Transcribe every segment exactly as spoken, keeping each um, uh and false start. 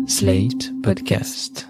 Slate Podcast.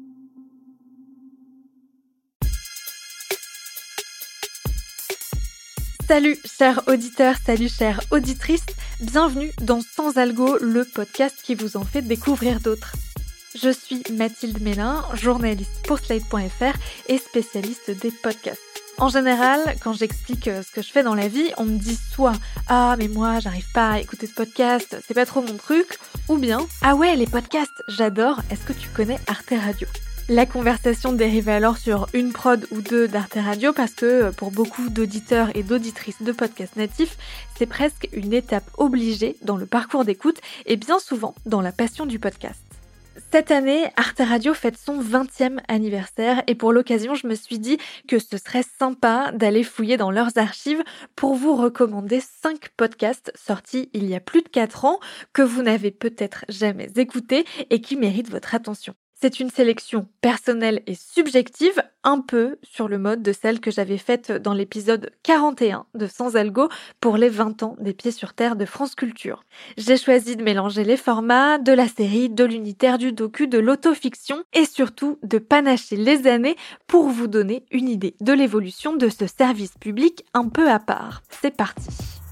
Salut chers auditeurs, salut chères auditrices, bienvenue dans Sans Algo, le podcast qui vous en fait découvrir d'autres. Je suis Mathilde Mélin, journaliste pour Slate point F R et spécialiste des podcasts. En général, quand j'explique ce que je fais dans la vie, on me dit soit « Ah, mais moi, j'arrive pas à écouter de podcast, c'est pas trop mon truc », ou bien « Ah ouais, les podcasts, j'adore, est-ce que tu connais Arte Radio ?» La conversation dérive alors sur une prod ou deux d'Arte Radio parce que pour beaucoup d'auditeurs et d'auditrices de podcasts natifs, c'est presque une étape obligée dans le parcours d'écoute et bien souvent dans la passion du podcast. Cette année, Arte Radio fête son vingtième anniversaire et pour l'occasion, je me suis dit que ce serait sympa d'aller fouiller dans leurs archives pour vous recommander cinq podcasts sortis il y a plus de quatre ans que vous n'avez peut-être jamais écoutés et qui méritent votre attention. C'est une sélection personnelle et subjective, un peu sur le mode de celle que j'avais faite dans l'épisode quarante et un de Sans Algo pour les vingt ans des Pieds sur Terre de France Culture. J'ai choisi de mélanger les formats, de la série, de l'unitaire, du docu, de l'autofiction et surtout de panacher les années pour vous donner une idée de l'évolution de ce service public un peu à part. C'est parti.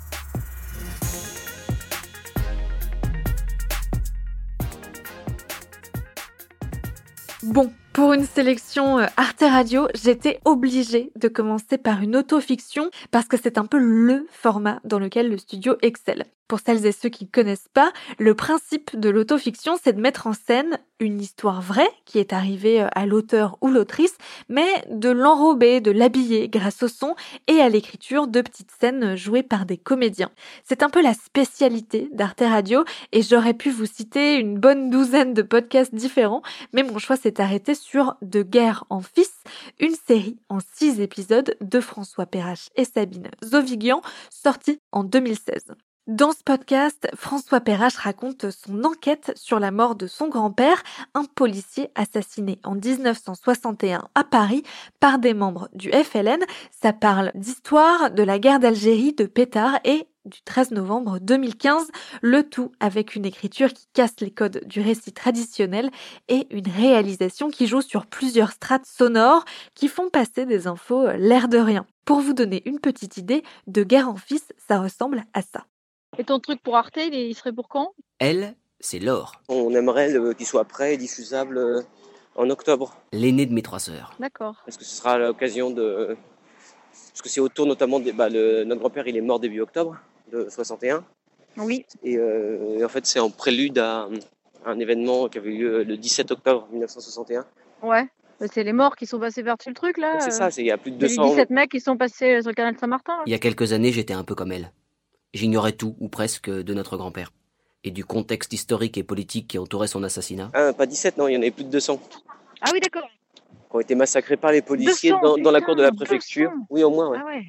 Bon, pour une sélection Arte Radio, j'étais obligée de commencer par une autofiction parce que c'est un peu le format dans lequel le studio excelle. Pour celles et ceux qui ne connaissent pas, le principe de l'autofiction, c'est de mettre en scène une histoire vraie qui est arrivée à l'auteur ou l'autrice, mais de l'enrober, de l'habiller grâce au son et à l'écriture de petites scènes jouées par des comédiens. C'est un peu la spécialité d'Arte Radio et j'aurais pu vous citer une bonne douzaine de podcasts différents, mais mon choix s'est arrêté sur De guerre en fils, une série en six épisodes de François Perrache et Sabine Zovigian, sortie en deux mille seize. Dans ce podcast, François Perrache raconte son enquête sur la mort de son grand-père, un policier assassiné en dix-neuf cent soixante et un à Paris par des membres du F L N. Ça parle d'histoire, de la guerre d'Algérie, de pétards et du treize novembre deux mille quinze, le tout avec une écriture qui casse les codes du récit traditionnel et une réalisation qui joue sur plusieurs strates sonores qui font passer des infos l'air de rien. Pour vous donner une petite idée, De guerre en fils, ça ressemble à ça. Et ton truc pour Arte, il, est, il serait pour quand ? Elle, c'est Laure. On aimerait le, qu'il soit prêt et diffusable euh, en octobre. L'aînée de mes trois sœurs. D'accord. Parce que ce sera l'occasion de... Parce que c'est autour notamment... De... Bah, le... Notre grand-père, il est mort début octobre de soixante et un. Oui. Et, euh, et en fait, c'est en prélude à un événement qui avait eu lieu le dix-sept octobre mille neuf cent soixante et un. Ouais. C'est les morts qui sont passés par-dessus le truc, là. Donc c'est ça, c'est, il y a plus de deux cents... Il y a dix-sept mecs qui sont passés sur le canal Saint-Martin. Là. Il y a quelques années, j'étais un peu comme elle. J'ignorais tout, ou presque, de notre grand-père. Et du contexte historique et politique qui entourait son assassinat. Ah, pas dix-sept, non, il y en avait plus de deux cents. Ah oui, d'accord. Qui ont été massacrés par les policiers deux cents, dans, dans la putain, cour de la préfecture. deux cents. Oui, au moins, ouais. Ah ouais.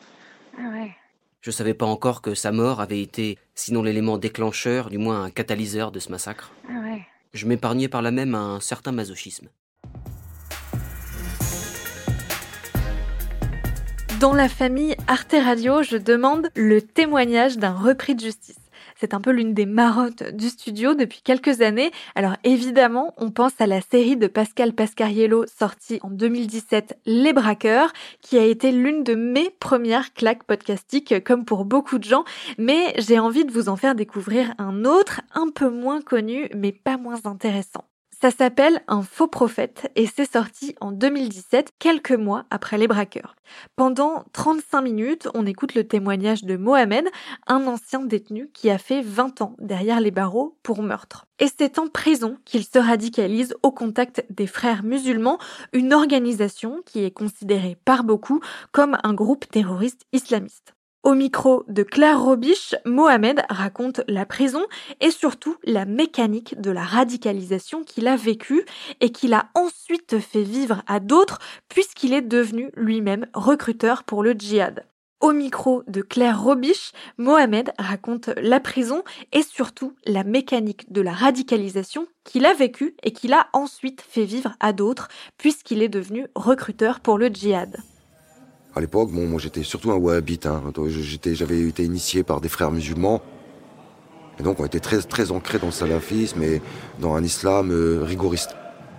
Ah ouais. Je savais pas encore que sa mort avait été, sinon l'élément déclencheur, du moins un catalyseur de ce massacre. Ah ouais. Je m'épargnais par là même un certain masochisme. Dans la famille Arte Radio, je demande le témoignage d'un repris de justice. C'est un peu l'une des marottes du studio depuis quelques années. Alors évidemment, on pense à la série de Pascal Pasquariello sortie en deux mille dix-sept, Les Braqueurs, qui a été l'une de mes premières claques podcastiques, comme pour beaucoup de gens. Mais j'ai envie de vous en faire découvrir un autre, un peu moins connu, mais pas moins intéressant. Ça s'appelle Un faux prophète et c'est sorti en deux mille dix-sept, quelques mois après Les Braqueurs. Pendant trente-cinq minutes, on écoute le témoignage de Mohamed, un ancien détenu qui a fait vingt ans derrière les barreaux pour meurtre. Et c'est en prison qu'il se radicalise au contact des Frères musulmans, une organisation qui est considérée par beaucoup comme un groupe terroriste islamiste. Au micro de Claire Robiche, Mohamed raconte la prison et surtout la mécanique de la radicalisation qu'il a vécue et qu'il a ensuite fait vivre à d'autres puisqu'il est devenu lui-même recruteur pour le djihad. Au micro de Claire Robiche, Mohamed raconte la prison et surtout la mécanique de la radicalisation qu'il a vécue et qu'il a ensuite fait vivre à d'autres puisqu'il est devenu recruteur pour le djihad. À l'époque, bon, moi j'étais surtout un wahhabite. Hein. J'étais, j'avais été initié par des frères musulmans. Et donc on était très, très ancrés dans le salafisme et dans un islam euh, rigoriste.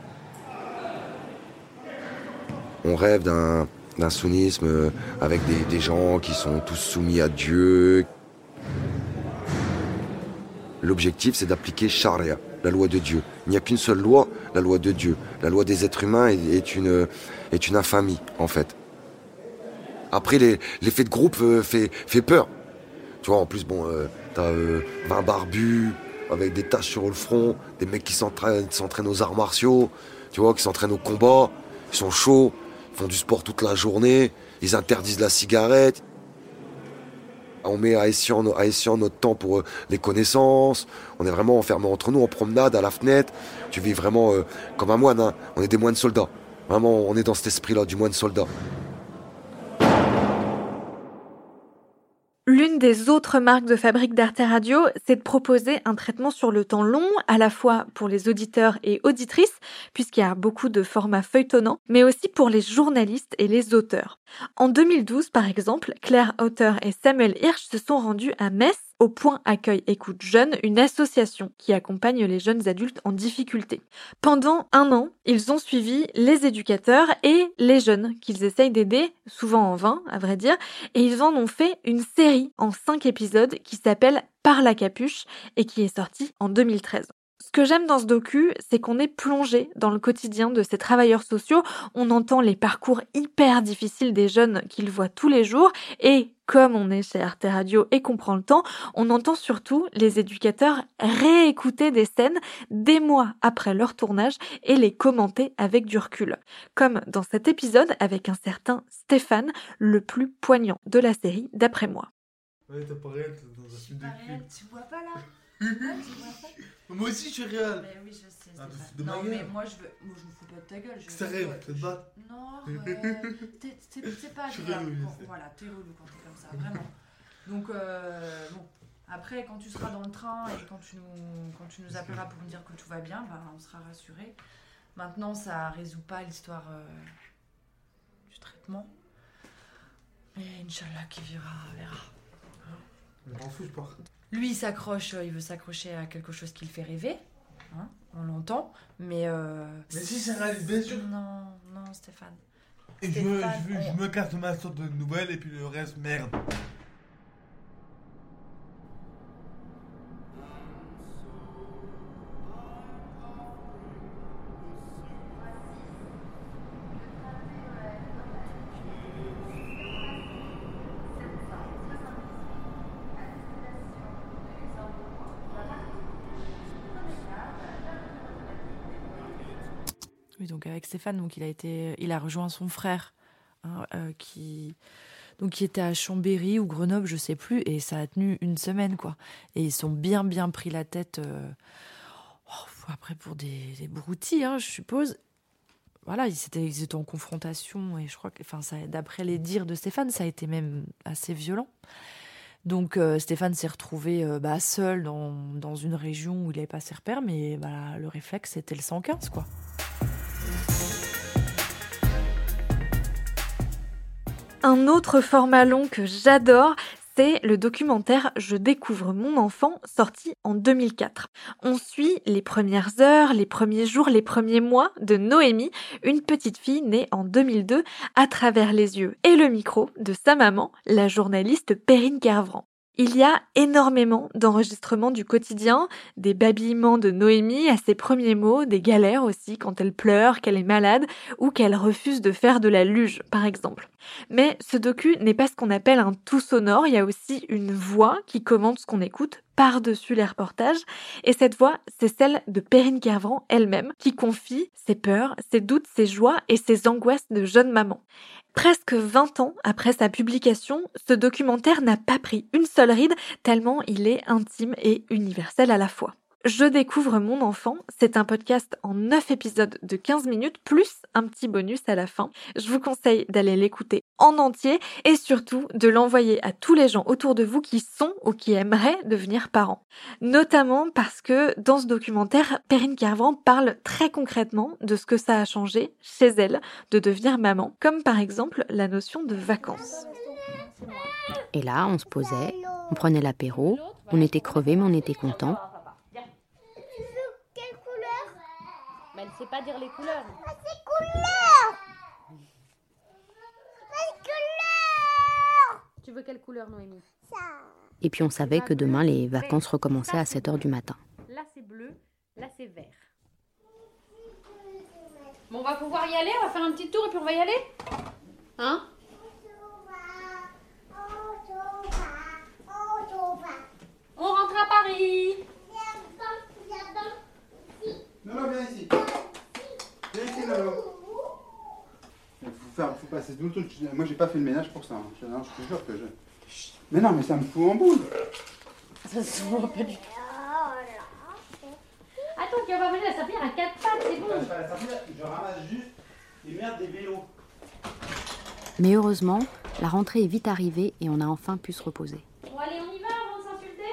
On rêve d'un, d'un sunnisme euh, avec des, des gens qui sont tous soumis à Dieu. L'objectif, c'est d'appliquer Sharia, la loi de Dieu. Il n'y a qu'une seule loi, la loi de Dieu. La loi des êtres humains est, est, une, est une infamie, en fait. Après, les, l'effet de groupe euh, fait, fait peur. Tu vois, en plus, bon, euh, t'as euh, vingt barbus avec des taches sur le front, des mecs qui s'entraînent, s'entraînent aux arts martiaux, tu vois, qui s'entraînent au combat, ils sont chauds, ils font du sport toute la journée, ils interdisent la cigarette. On met à escient, à escient notre temps pour euh, les connaissances. On est vraiment enfermés entre nous, en promenade, à la fenêtre. Tu vis vraiment euh, comme un moine, hein. On est des moines soldats. Vraiment, on est dans cet esprit-là, du moine soldat. L'une des autres marques de fabrique d'Arte Radio, c'est de proposer un traitement sur le temps long, à la fois pour les auditeurs et auditrices, puisqu'il y a beaucoup de formats feuilletonnants, mais aussi pour les journalistes et les auteurs. En deux mille douze, par exemple, Claire Hauteur et Samuel Hirsch se sont rendus à Metz, au Point Accueil Écoute Jeune, une association qui accompagne les jeunes adultes en difficulté. Pendant un an, ils ont suivi les éducateurs et les jeunes qu'ils essayent d'aider, souvent en vain, à vrai dire, et ils en ont fait une série en cinq épisodes qui s'appelle Par la capuche et qui est sortie en deux mille treize. Ce que j'aime dans ce docu, c'est qu'on est plongé dans le quotidien de ces travailleurs sociaux. On entend les parcours hyper difficiles des jeunes qu'ils voient tous les jours et, comme on est chez Arte Radio et qu'on prend le temps, on entend surtout les éducateurs réécouter des scènes des mois après leur tournage et les commenter avec du recul. Comme dans cet épisode avec un certain Stéphane, le plus poignant de la série d'après moi. Ouais, t'as pas réel, t'es dans un film de cul. Tu vois pas là? Ouais, tu vois pas? Moi aussi je suis réel. Mais oui, je sais. Ah, pas... de Non, ma mais gueule. moi je veux. Moi je me fous pas de ta gueule. Je C'est réel, tu te bats. Non, ouais. t'es, t'es, c'est pas Je suis agréable. relou, Bon, je sais. voilà, t'es relou quand t'es comme ça, vraiment. Donc, euh, bon. Après, quand tu seras dans le train et quand tu nous, quand tu nous appelleras pour nous dire que tout va bien, ben, on sera rassurés. Maintenant, ça résout pas l'histoire euh, du traitement. Mais Inch'Allah, qui verra, verra. Je m'en fous, je pars. Lui, il s'accroche, il veut s'accrocher à quelque chose qui le fait rêver. Hein, on l'entend, mais... Euh, Mais si c'est réel, bien sûr. Non, non, Stéphane. Et je me, Stéphane, je, me, on- je me casse de ma sorte de nouvelles et puis le reste, merde. Oui, donc avec Stéphane, donc il a été, il a rejoint son frère, hein, euh, qui, donc qui était à Chambéry ou Grenoble, je sais plus, et ça a tenu une semaine, quoi. Et ils sont bien, bien pris la tête. Euh, oh, après pour des, des broutilles, hein, je suppose. Voilà, ils étaient, ils étaient en confrontation et je crois que, enfin, ça, d'après les dires de Stéphane, ça a été même assez violent. Donc euh, Stéphane s'est retrouvé euh, bah, seul dans, dans une région où il n'avait pas ses repères, mais bah, le réflexe c'était le cent quinze, quoi. Un autre format long que j'adore, c'est le documentaire « Je découvre mon enfant » sorti en deux mille quatre. On suit les premières heures, les premiers jours, les premiers mois de Noémie, une petite fille née en deux mille deux, à travers les yeux et le micro de sa maman, la journaliste Perrine Kervran. Il y a énormément d'enregistrements du quotidien, des babillements de Noémie à ses premiers mots, des galères aussi quand elle pleure, qu'elle est malade ou qu'elle refuse de faire de la luge, par exemple. Mais ce docu n'est pas ce qu'on appelle un tout sonore, il y a aussi une voix qui commente ce qu'on écoute par-dessus les reportages, et cette voix, c'est celle de Perrine Kervran elle-même, qui confie ses peurs, ses doutes, ses joies et ses angoisses de jeune maman. Presque vingt ans après sa publication, ce documentaire n'a pas pris une seule ride, tellement il est intime et universel à la fois. Je découvre mon enfant, c'est un podcast en neuf épisodes de quinze minutes, plus un petit bonus à la fin. Je vous conseille d'aller l'écouter en entier et surtout de l'envoyer à tous les gens autour de vous qui sont ou qui aimeraient devenir parents. Notamment parce que dans ce documentaire, Perrine Kervran parle très concrètement de ce que ça a changé chez elle de devenir maman, comme par exemple la notion de vacances. Et là, on se posait On prenait l'apéro, on était crevés mais on était contents. Tu veux quelle couleur? Mais elle ne sait pas dire les couleurs. Ah, c'est couleur! C'est couleur! Tu veux quelle couleur, Noémie? Ça. Et puis on savait que demain les vacances recommençaient à sept heures du matin. Là c'est bleu, là c'est vert. Bon, on va pouvoir y aller, on va faire un petit tour et puis on va y aller? Hein? On rentre à Paris. Non, non, viens ici. Viens ici, Lolo. Il faut, faire, faut passer tout le truc. Moi, j'ai pas fait le ménage pour ça. Hein. Je, non, je te jure que je... Mais non, mais ça me fout en boule. Ça se voit pas du tout. Attends, tu vas pas venir la serpillière à quatre pattes, c'est bon. Je, pas la serpillière, je ramasse juste les merdes des vélos. Mais heureusement, la rentrée est vite arrivée et on a enfin pu se reposer. Bon, allez, on y va avant de s'insulter.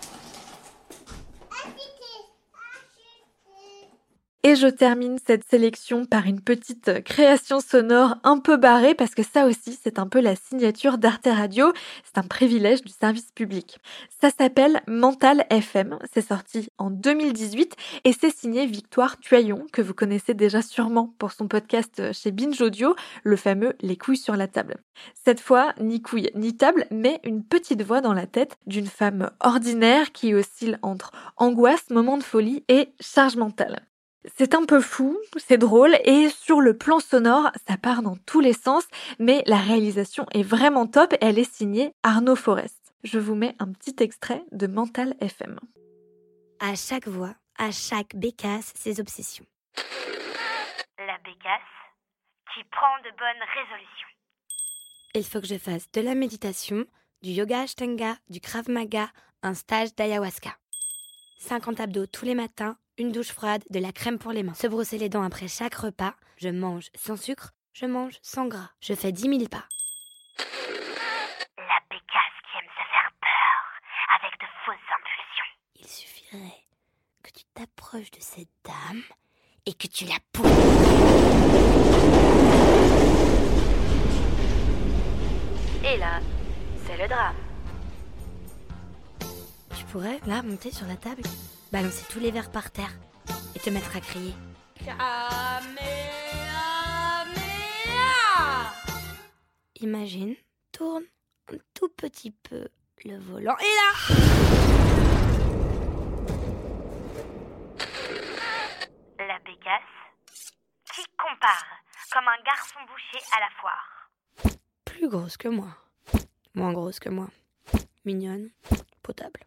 Et je termine cette sélection par une petite création sonore un peu barrée parce que ça aussi c'est un peu la signature d'Arte Radio, c'est un privilège du service public. Ça s'appelle Mental F M, c'est sorti en deux mille dix-huit et c'est signé Victoire Tuaillon que vous connaissez déjà sûrement pour son podcast chez Binge Audio, le fameux Les couilles sur la table. Cette fois, ni couilles ni table, mais une petite voix dans la tête d'une femme ordinaire qui oscille entre angoisse, moment de folie et charge mentale. C'est un peu fou, c'est drôle et sur le plan sonore, ça part dans tous les sens, mais la réalisation est vraiment top et elle est signée Arnaud Forest. Je vous mets un petit extrait de Mental F M. À chaque voix, à chaque bécasse, ses obsessions. La bécasse qui prend de bonnes résolutions. Il faut que je fasse de la méditation, du yoga ashtanga, du krav maga, un stage d'ayahuasca. cinquante abdos tous les matins, une douche froide, de la crème pour les mains. Se brosser les dents après chaque repas. Je mange sans sucre, je mange sans gras. Je fais dix mille pas. La bécasse qui aime se faire peur avec de fausses impulsions. Il suffirait que tu t'approches de cette dame et que tu la pousses. Et là, c'est le drame. Tu pourrais, là, monter sur la table, balancer tous les verres par terre et te mettre à crier. Imagine, tourne un tout petit peu le volant et là La bécasse qui compare comme un garçon bouché à la foire. Plus grosse que moi, moins grosse que moi, mignonne, potable.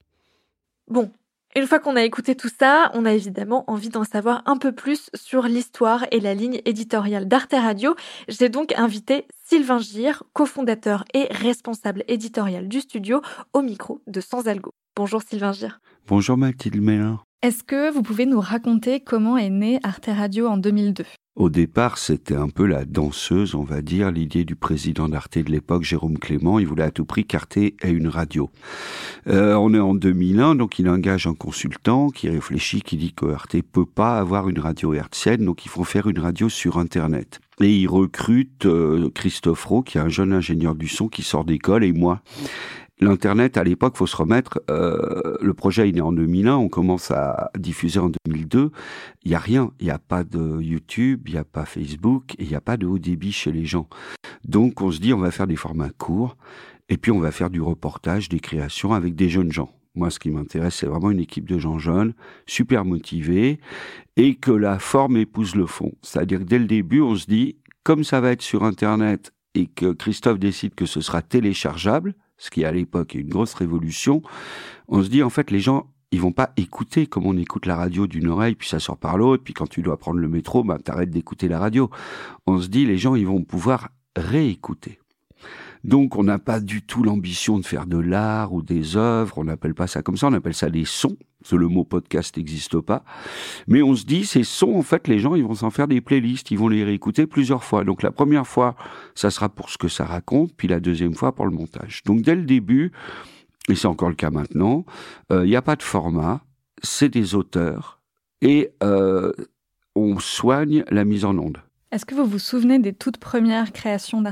Bon, une fois qu'on a écouté tout ça, on a évidemment envie d'en savoir un peu plus sur l'histoire et la ligne éditoriale d'Arte Radio. J'ai donc invité Sylvain Gir, cofondateur et responsable éditorial du studio, au micro de Sans Algo. Bonjour Sylvain Gir. Bonjour Mathilde Mélin. Est-ce que vous pouvez nous raconter comment est née Arte Radio en deux mille deux ? Au départ, c'était un peu la danseuse, on va dire, l'idée du président d'Arte de l'époque, Jérôme Clément. Il voulait à tout prix qu'Arte ait une radio. Euh, on est en deux mille un, donc il engage un consultant qui réfléchit, qui dit que Arte peut pas avoir une radio hertzienne, donc il faut faire une radio sur Internet. Et il recrute euh, Christophe Rowe, qui est un jeune ingénieur du son qui sort d'école, et moi. L'Internet, à l'époque, faut se remettre, euh, le projet, il est en deux mille un, on commence à diffuser en deux mille deux. Il y a rien. Il n'y a pas de YouTube, il n'y a pas Facebook, et il n'y a pas de haut débit chez les gens. Donc, on se dit, on va faire des formats courts, et puis on va faire du reportage, des créations avec des jeunes gens. Moi, ce qui m'intéresse, c'est vraiment une équipe de gens jeunes, super motivés, et que la forme épouse le fond. C'est-à-dire que dès le début, on se dit, comme ça va être sur Internet, et que Christophe décide que ce sera téléchargeable, ce qui à l'époque est une grosse révolution, on se dit en fait les gens ils vont pas écouter comme on écoute la radio d'une oreille puis ça sort par l'autre, puis quand tu dois prendre le métro, ben t'arrêtes d'écouter la radio. On se dit les gens ils vont pouvoir réécouter. Donc on n'a pas du tout l'ambition de faire de l'art ou des œuvres, on n'appelle pas ça comme ça, on appelle ça des sons, parce que le mot podcast n'existe pas. Mais on se dit, ces sons, en fait, les gens, ils vont s'en faire des playlists, ils vont les réécouter plusieurs fois. Donc la première fois, ça sera pour ce que ça raconte, puis la deuxième fois pour le montage. Donc dès le début, et c'est encore le cas maintenant, il euh, n'y a pas de format, c'est des auteurs, et euh, on soigne la mise en onde. Est-ce que vous vous souvenez des toutes premières créations d'Arte Radio ?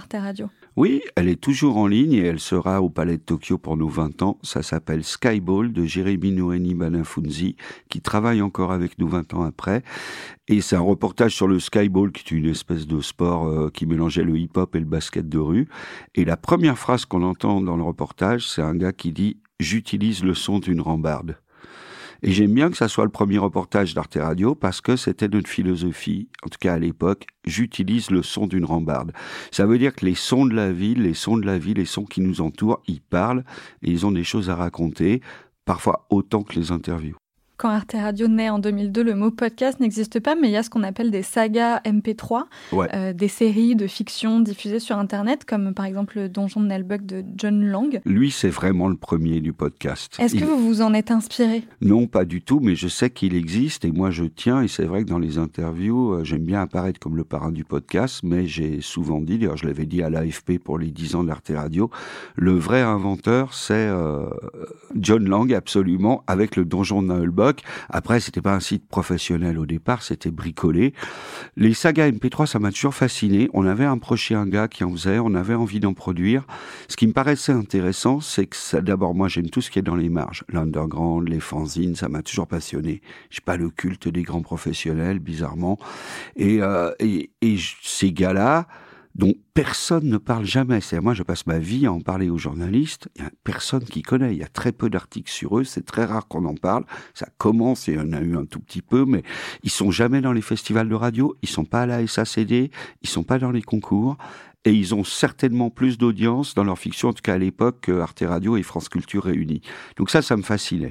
Oui, elle est toujours en ligne et elle sera au Palais de Tokyo pour nos vingt ans. Ça s'appelle Skyball de Jérémy Noénie Banafunzi, qui travaille encore avec nous vingt ans après. Et c'est un reportage sur le Skyball, qui est une espèce de sport euh, qui mélangeait le hip-hop et le basket de rue. Et la première phrase qu'on entend dans le reportage, c'est un gars qui dit « J'utilise le son d'une rambarde ». Et j'aime bien que ça soit le premier reportage d'Arte Radio parce que c'était notre philosophie, en tout cas à l'époque, j'utilise le son d'une rambarde. Ça veut dire que les sons de la ville, les sons de la ville, les sons qui nous entourent, ils parlent et ils ont des choses à raconter, parfois autant que les interviews. Quand Arte Radio naît en deux mille deux, le mot podcast n'existe pas, mais il y a ce qu'on appelle des sagas M P trois, ouais. euh, des séries de fiction diffusées sur Internet, comme par exemple le Donjon de Nalbuck de John Lang. Lui, c'est vraiment le premier du podcast. Est-ce il... que vous vous en êtes inspiré ? Non, pas du tout, mais je sais qu'il existe et moi je tiens, et c'est vrai que dans les interviews, euh, j'aime bien apparaître comme le parrain du podcast, mais j'ai souvent dit, d'ailleurs je l'avais dit à l'A F P pour les dix ans d'Arte Radio, le vrai inventeur, c'est euh, John Lang, absolument, avec le Donjon de Nalbuck. Après, c'était pas un site professionnel au départ, c'était bricolé. Les sagas M P trois, ça m'a toujours fasciné. On avait approché un gars qui en faisait, on avait envie d'en produire. Ce qui me paraissait intéressant, c'est que ça, d'abord, moi, j'aime tout ce qui est dans les marges. L'underground, les fanzines, ça m'a toujours passionné. J'ai pas le culte des grands professionnels, bizarrement. Et, euh, et, et ces gars-là, dont personne ne parle jamais. C'est-à-dire, moi, je passe ma vie à en parler aux journalistes. Il y a personne qui connaît. Il y a très peu d'articles sur eux. C'est très rare qu'on en parle. Ça commence, et il y en a eu un tout petit peu, mais ils sont jamais dans les festivals de radio. Ils sont pas à la S A C D. Ils sont pas dans les concours. Et ils ont certainement plus d'audience dans leur fiction, en tout cas à l'époque, que Arte Radio et France Culture réunis. Donc ça, ça me fascinait.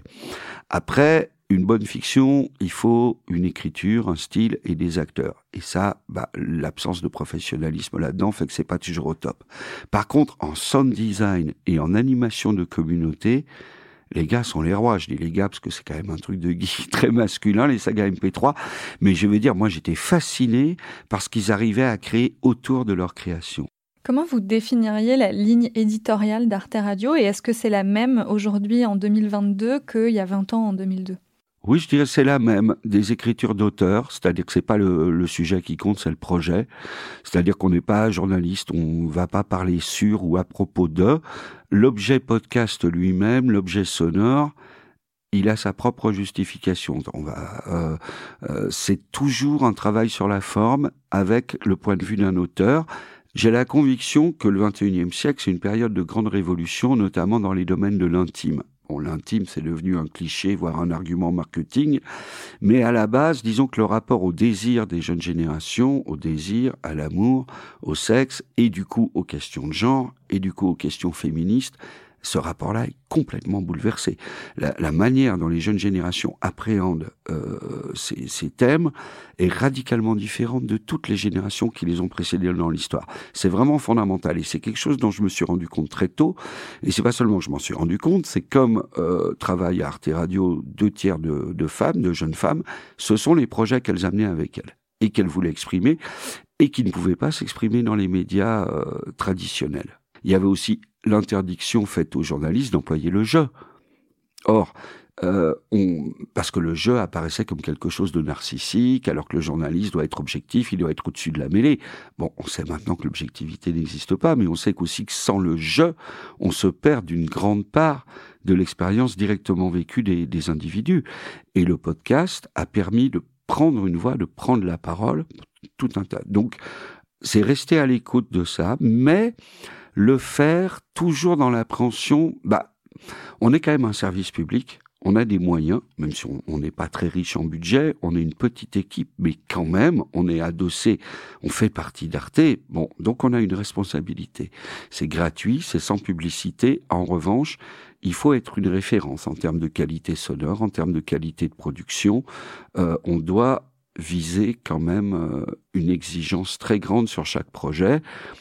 Après, une bonne fiction, il faut une écriture, un style et des acteurs. Et ça, bah, l'absence de professionnalisme là-dedans fait que c'est pas toujours au top. Par contre, en sound design et en animation de communauté, les gars sont les rois. Je dis les gars parce que c'est quand même un truc de geek très masculin, les sagas M P trois. Mais je veux dire, moi j'étais fasciné parce qu'ils arrivaient à créer autour de leur création. Comment vous définiriez la ligne éditoriale d'Arte Radio et est-ce que c'est la même aujourd'hui en deux mille vingt-deux qu'il y a vingt ans en deux mille deux ? Oui, je dirais que c'est la même, des écritures d'auteurs, c'est-à-dire que c'est pas le, le sujet qui compte, c'est le projet. C'est-à-dire qu'on n'est pas journaliste, on va pas parler sur ou à propos de. L'objet podcast lui-même, l'objet sonore, il a sa propre justification. On va, euh, euh, c'est toujours un travail sur la forme avec le point de vue d'un auteur. J'ai la conviction que le vingt et unième siècle, c'est une période de grande révolution, notamment dans les domaines de l'intime. Bon, l'intime, c'est devenu un cliché, voire un argument marketing. Mais à la base, disons que le rapport au désir des jeunes générations, au désir, à l'amour, au sexe, et du coup aux questions de genre, et du coup aux questions féministes, ce rapport-là est complètement bouleversé. La, la manière dont les jeunes générations appréhendent euh, ces, ces thèmes est radicalement différente de toutes les générations qui les ont précédées dans l'histoire. C'est vraiment fondamental et c'est quelque chose dont je me suis rendu compte très tôt. Et c'est pas seulement que je m'en suis rendu compte, c'est comme euh, travaille à Arte Radio deux tiers de, de femmes, de jeunes femmes, ce sont les projets qu'elles amenaient avec elles et qu'elles voulaient exprimer et qui ne pouvaient pas s'exprimer dans les médias euh, traditionnels. Il y avait aussi l'interdiction faite aux journalistes d'employer le jeu. Or, euh, on, parce que le jeu apparaissait comme quelque chose de narcissique, alors que le journaliste doit être objectif, il doit être au-dessus de la mêlée. Bon, on sait maintenant que l'objectivité n'existe pas, mais on sait qu'aussi que sans le jeu, on se perd d'une grande part de l'expérience directement vécue des, des individus. Et le podcast a permis de prendre une voix, de prendre la parole, tout un tas. Donc, c'est rester à l'écoute de ça, mais le faire toujours dans l'appréhension, bah, on est quand même un service public, on a des moyens, même si on n'est pas très riche en budget, on est une petite équipe, mais quand même, on est adossé, on fait partie d'Arte, bon, donc on a une responsabilité. C'est gratuit, c'est sans publicité, en revanche, il faut être une référence en termes de qualité sonore, en termes de qualité de production, euh, on doit viser quand même euh, une exigence très grande sur chaque projet.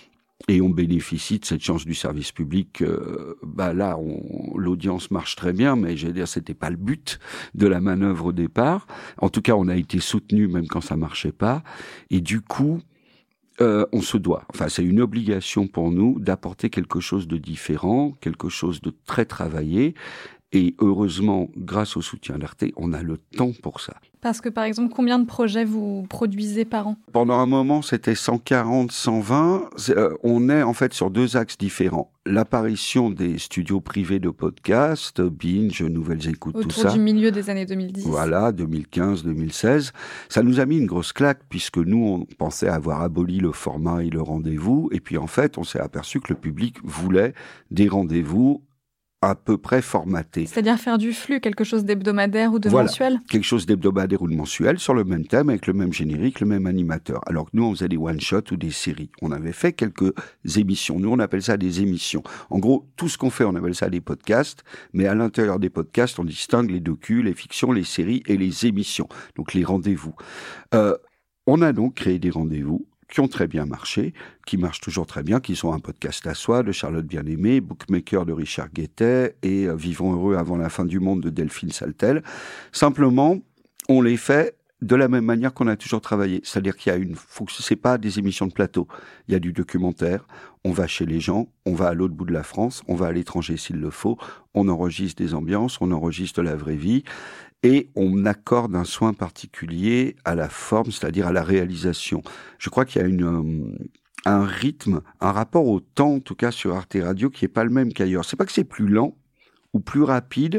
Et on bénéficie de cette chance du service public. Euh, bah là, on, l'audience marche très bien, mais je veux dire, c'était pas le but de la manœuvre au départ. En tout cas, on a été soutenu même quand ça marchait pas. Et du coup, euh, on se doit. Enfin, c'est une obligation pour nous d'apporter quelque chose de différent, quelque chose de très travaillé. Et heureusement, grâce au soutien d'Arte, on a le temps pour ça. Parce que, par exemple, combien de projets vous produisez par an ? Pendant un moment, c'était cent quarante, cent vingt. Euh, on est en fait sur deux axes différents. L'apparition des studios privés de podcasts, Binge, Nouvelles Écoutes, Autour tout ça. Autour du milieu des années deux mille dix. Voilà, deux mille quinze, deux mille seize. Ça nous a mis une grosse claque, puisque nous, on pensait avoir aboli le format et le rendez-vous. Et puis, en fait, on s'est aperçu que le public voulait des rendez-vous à peu près formaté. C'est-à-dire faire du flux, quelque chose d'hebdomadaire ou de voilà, mensuel ? Quelque chose d'hebdomadaire ou de mensuel, sur le même thème, avec le même générique, le même animateur. Alors que nous, on faisait des one-shots ou des séries. On avait fait quelques émissions. Nous, on appelle ça des émissions. En gros, tout ce qu'on fait, on appelle ça des podcasts, mais à l'intérieur des podcasts, on distingue les docus, les fictions, les séries et les émissions. Donc, les rendez-vous. Euh, on a donc créé des rendez-vous qui ont très bien marché, qui marchent toujours très bien, qui sont un podcast à soi de Charlotte Bien-Aimée, Bookmaker de Richard Guettet et euh, Vivons heureux avant la fin du monde de Delphine Saltel. Simplement, on les fait de la même manière qu'on a toujours travaillé. C'est-à-dire qu'il y a une... Faut que c'est pas des émissions de plateau. Il y a du documentaire, on va chez les gens, on va à l'autre bout de la France, on va à l'étranger s'il le faut, on enregistre des ambiances, on enregistre la vraie vie. Et on accorde un soin particulier à la forme, c'est-à-dire à la réalisation. Je crois qu'il y a une, euh, un rythme, un rapport au temps, en tout cas sur Arte Radio, qui n'est pas le même qu'ailleurs. C'est pas que c'est plus lent ou plus rapide,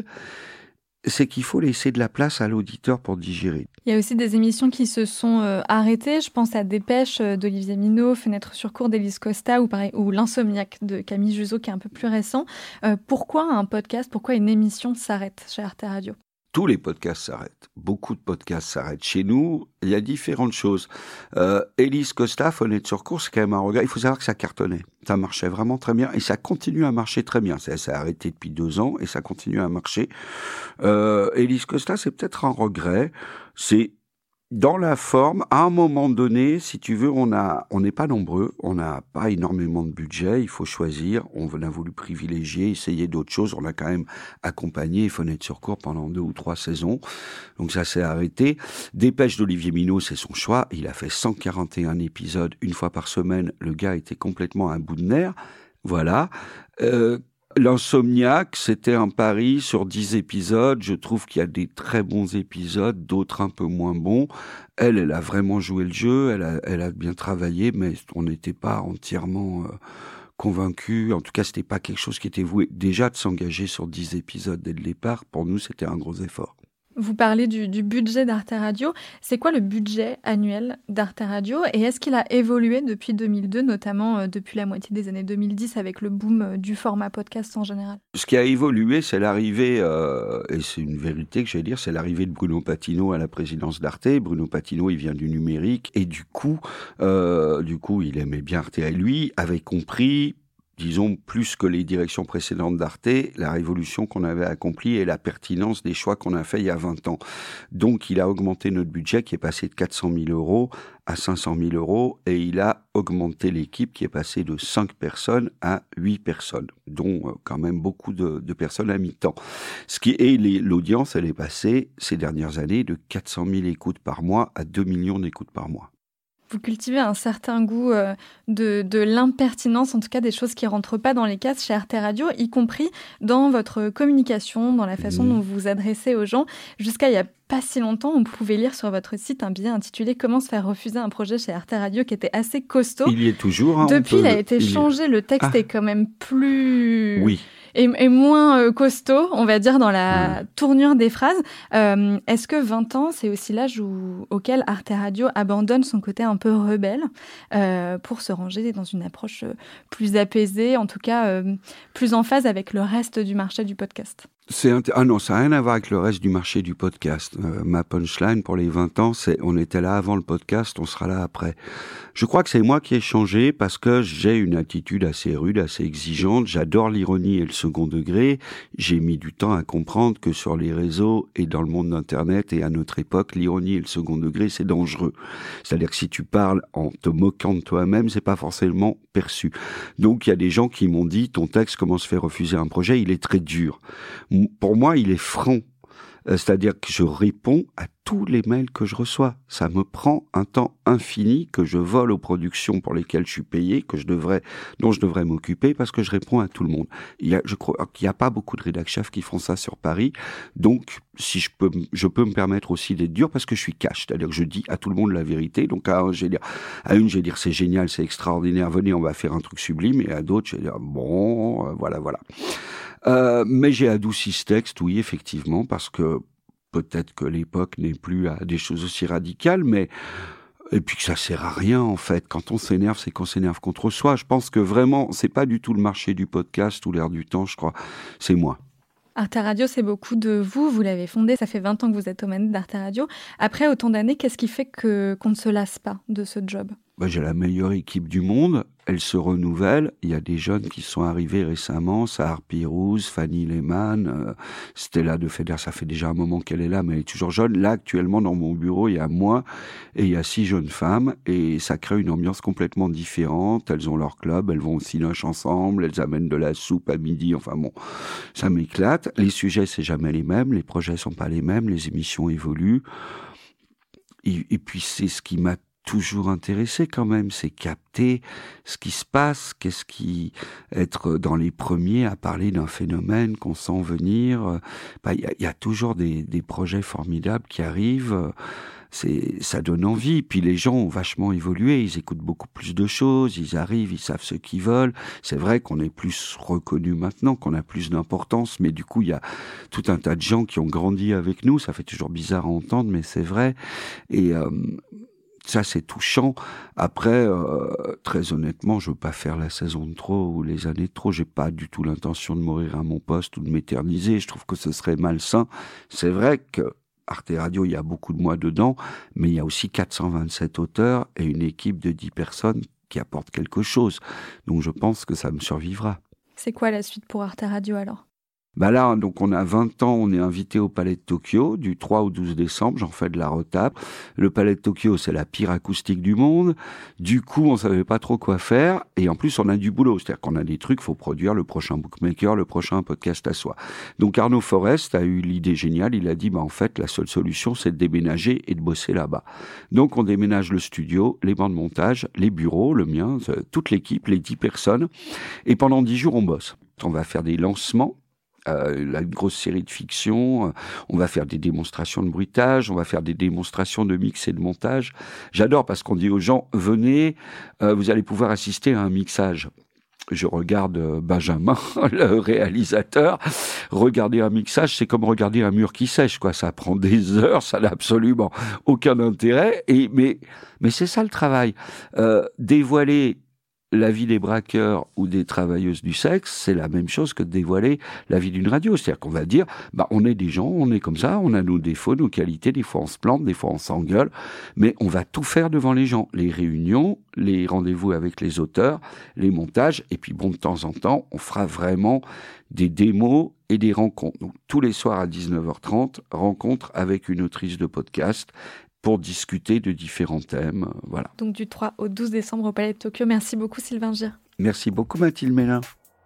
c'est qu'il faut laisser de la place à l'auditeur pour digérer. Il y a aussi des émissions qui se sont euh, arrêtées. Je pense à Dépêche euh, d'Olivier Minot, Fenêtre sur cour d'Élise Costa ou, pareil, ou L'Insomniaque de Camille Juzo, qui est un peu plus récent. Euh, pourquoi un podcast, pourquoi une émission s'arrête chez Arte Radio ? Tous les podcasts s'arrêtent. Beaucoup de podcasts s'arrêtent. Chez nous, il y a différentes choses. Euh, Élise Costa, Fenêtre sur cour, c'est quand même un regret. Il faut savoir que ça cartonnait. Ça marchait vraiment très bien et ça continue à marcher très bien. Ça s'est arrêté depuis deux ans et ça continue à marcher. Euh, Élise Costa, c'est peut-être un regret. C'est dans la forme, à un moment donné, si tu veux, on a, on n'est pas nombreux, on n'a pas énormément de budget, il faut choisir, on a voulu privilégier, essayer d'autres choses, on a quand même accompagné Fenêtre sur cour pendant deux ou trois saisons, donc ça s'est arrêté. Dépêche d'Olivier Minot, c'est son choix, il a fait cent quarante et un épisodes, une fois par semaine, le gars était complètement à bout de nerfs, voilà. Euh, L'Insomniaque, c'était un pari sur dix épisodes. Je trouve qu'il y a des très bons épisodes, d'autres un peu moins bons. Elle, elle a vraiment joué le jeu, elle a, elle a bien travaillé, mais on n'était pas entièrement euh, convaincus. En tout cas, c'était pas quelque chose qui était voué. Déjà, de s'engager sur dix épisodes dès le départ, pour nous, c'était un gros effort. Vous parlez du, du budget d'Arte Radio. C'est quoi le budget annuel d'Arte Radio et est-ce qu'il a évolué depuis deux mille deux, notamment euh, depuis la moitié des années deux mille dix avec le boom euh, du format podcast en général ? Ce qui a évolué, c'est l'arrivée, euh, et c'est une vérité que j'allais dire, c'est l'arrivée de Bruno Patino à la présidence d'Arte. Bruno Patino, il vient du numérique et du coup, euh, du coup, il aimait bien Arte et lui avait compris, disons, plus que les directions précédentes d'Arte, la révolution qu'on avait accomplie et la pertinence des choix qu'on a fait il y a vingt ans. Donc, il a augmenté notre budget qui est passé de quatre cent mille euros à cinq cent mille euros et il a augmenté l'équipe qui est passée de cinq personnes à huit personnes, dont euh, quand même beaucoup de, de personnes à mi-temps. Ce qui est, les, l'audience, elle est passée ces dernières années de quatre cent mille écoutes par mois à deux millions d'écoutes par mois. Vous cultivez un certain goût euh, de, de l'impertinence, en tout cas des choses qui ne rentrent pas dans les cases chez Arte Radio, y compris dans votre communication, dans la façon mmh. dont vous vous adressez aux gens. Jusqu'à il n'y a pas si longtemps, on pouvait lire sur votre site un billet intitulé « Comment se faire refuser un projet chez Arte Radio » qui était assez costaud. Il y est toujours. Hein, Depuis, peut... il a été il changé, est... le texte ah. est quand même plus... Oui. Et, et moins euh, costaud, on va dire, dans la mmh. tournure des phrases. Euh, est-ce que vingt ans, c'est aussi l'âge où, auquel Arte Radio abandonne son côté un peu rebelle euh, pour se ranger dans une approche plus apaisée, en tout cas euh, plus en phase avec le reste du marché du podcast ? C'est int... Ah non, ça n'a rien à voir avec le reste du marché du podcast. Euh, ma punchline pour les vingt ans, c'est on était là avant le podcast, on sera là après. Je crois que c'est moi qui ai changé parce que j'ai une attitude assez rude, assez exigeante. J'adore l'ironie et le second degré. J'ai mis du temps à comprendre que sur les réseaux et dans le monde d'Internet et à notre époque, l'ironie et le second degré, c'est dangereux. C'est-à-dire que si tu parles en te moquant de toi-même, c'est pas forcément perçu. Donc il y a des gens qui m'ont dit ton texte, comment se fait refuser un projet, il est très dur. Pour moi, il est franc. Euh, c'est-à-dire que je réponds à tous les mails que je reçois. Ça me prend un temps infini que je vole aux productions pour lesquelles je suis payé, que je devrais, dont je devrais m'occuper parce que je réponds à tout le monde. Il y a, je crois qu'il n'y a pas beaucoup de rédac chefs qui font ça sur Paris. Donc, si je peux, je peux me permettre aussi d'être dur parce que je suis cash. C'est-à-dire que je dis à tout le monde la vérité. Donc, à, je vais dire, à une, je vais dire c'est génial, c'est extraordinaire, venez, on va faire un truc sublime. Et à d'autres, je vais dire bon, euh, voilà, voilà. Euh, mais j'ai adouci ce texte, oui, effectivement, parce que peut-être que l'époque n'est plus à des choses aussi radicales, mais et puis que ça sert à rien en fait. Quand on s'énerve, c'est qu'on s'énerve contre soi. Je pense que vraiment, c'est pas du tout le marché du podcast ou l'air du temps, je crois. C'est moi. Arte Radio, c'est beaucoup de vous. Vous l'avez fondé, ça fait vingt ans que vous êtes aux manettes d'Arte Radio. Après autant d'années, qu'est-ce qui fait que, qu'on ne se lasse pas de ce job ? Ben, j'ai la meilleure équipe du monde, elle se renouvelle. Il y a des jeunes qui sont arrivés récemment, Sahar Pirouz, Fanny Lehmann, euh, Stella de Feder, ça fait déjà un moment qu'elle est là, mais elle est toujours jeune. Là, actuellement, dans mon bureau, il y a moi et il y a six jeunes femmes et ça crée une ambiance complètement différente. Elles ont leur club, elles vont au cinoche ensemble, elles amènent de la soupe à midi, enfin bon, ça m'éclate. Les sujets, c'est jamais les mêmes, les projets sont pas les mêmes, les émissions évoluent. Et, et puis, c'est ce qui m'a toujours intéressé quand même, c'est capter ce qui se passe, qu'est-ce qui être dans les premiers à parler d'un phénomène qu'on sent venir. Bah, y a, y a toujours des, des projets formidables qui arrivent. C'est, ça donne envie. Puis les gens ont vachement évolué, ils écoutent beaucoup plus de choses, ils arrivent, ils savent ce qu'ils veulent. C'est vrai qu'on est plus reconnu maintenant, qu'on a plus d'importance, mais du coup, il y a tout un tas de gens qui ont grandi avec nous. Ça fait toujours bizarre à entendre, mais c'est vrai. Et euh, ça, c'est touchant. Après, euh, très honnêtement, je veux pas faire la saison de trop ou les années de trop. J'ai pas du tout l'intention de mourir à mon poste ou de m'éterniser. Je trouve que ce serait malsain. C'est vrai que Arte Radio, il y a beaucoup de moi dedans, mais il y a aussi quatre cent vingt-sept auteurs et une équipe de dix personnes qui apportent quelque chose. Donc, je pense que ça me survivra. C'est quoi la suite pour Arte Radio alors ? Bah là, donc on a vingt ans, on est invité au Palais de Tokyo, du trois au douze décembre, j'en fais de la retape. Le Palais de Tokyo, c'est la pire acoustique du monde. Du coup, on savait pas trop quoi faire, et en plus, on a du boulot. C'est-à-dire qu'on a des trucs, faut produire le prochain bookmaker, le prochain podcast à soi. Donc Arnaud Forest a eu l'idée géniale, il a dit, bah en fait, la seule solution, c'est de déménager et de bosser là-bas. Donc on déménage le studio, les bancs de montage, les bureaux, le mien, toute l'équipe, les dix personnes, et pendant dix jours, on bosse. On va faire des lancements. Euh, la grosse série de fiction, euh, on va faire des démonstrations de bruitage, on va faire des démonstrations de mix et de montage. J'adore parce qu'on dit aux gens, venez, euh, vous allez pouvoir assister à un mixage. Je regarde euh, Benjamin, le réalisateur, regarder un mixage, c'est comme regarder un mur qui sèche, quoi. Ça prend des heures, ça n'a absolument aucun intérêt, et, mais, mais c'est ça le travail. Euh, dévoiler la vie des braqueurs ou des travailleuses du sexe, c'est la même chose que de dévoiler la vie d'une radio. C'est-à-dire qu'on va dire, bah, on est des gens, on est comme ça, on a nos défauts, nos qualités, des fois on se plante, des fois on s'engueule, mais on va tout faire devant les gens. Les réunions, les rendez-vous avec les auteurs, les montages, et puis bon, de temps en temps, on fera vraiment des démos et des rencontres. Donc, tous les soirs à dix-neuf heures trente, rencontre avec une autrice de podcast, pour discuter de différents thèmes. Voilà. Donc du trois au douze décembre au Palais de Tokyo. Merci beaucoup Sylvain Gir. Merci beaucoup Mathilde Mélin.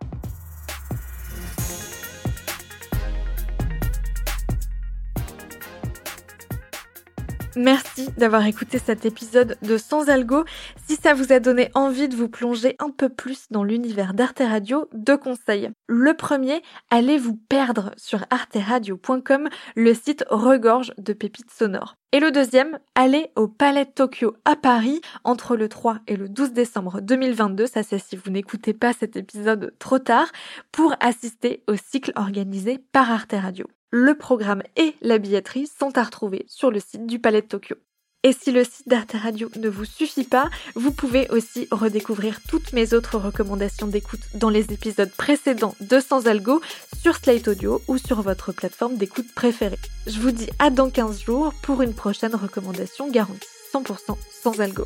Merci d'avoir écouté cet épisode de Sans Algo. Si ça vous a donné envie de vous plonger un peu plus dans l'univers d'Arte Radio, deux conseils. Le premier, allez vous perdre sur arte radio point com, le site regorge de pépites sonores. Et le deuxième, allez au Palais de Tokyo à Paris entre le trois et le douze décembre deux mille vingt-deux, ça c'est si vous n'écoutez pas cet épisode trop tard, pour assister au cycle organisé par Arte Radio. Le programme et la billetterie sont à retrouver sur le site du Palais de Tokyo. Et si le site d'Arte Radio ne vous suffit pas, vous pouvez aussi redécouvrir toutes mes autres recommandations d'écoute dans les épisodes précédents de Sans Algo sur Slate Audio ou sur votre plateforme d'écoute préférée. Je vous dis à dans quinze jours pour une prochaine recommandation garantie cent pour cent sans algo.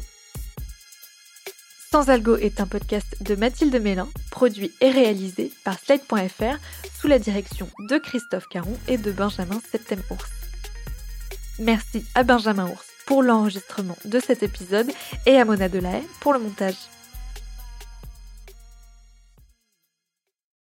Sans Algo est un podcast de Mathilde Mélin, produit et réalisé par Slate point F R sous la direction de Christophe Caron et de Benjamin Septem-Ours. Merci à Benjamin Ours pour l'enregistrement de cet épisode et à Mona Delahaye pour le montage.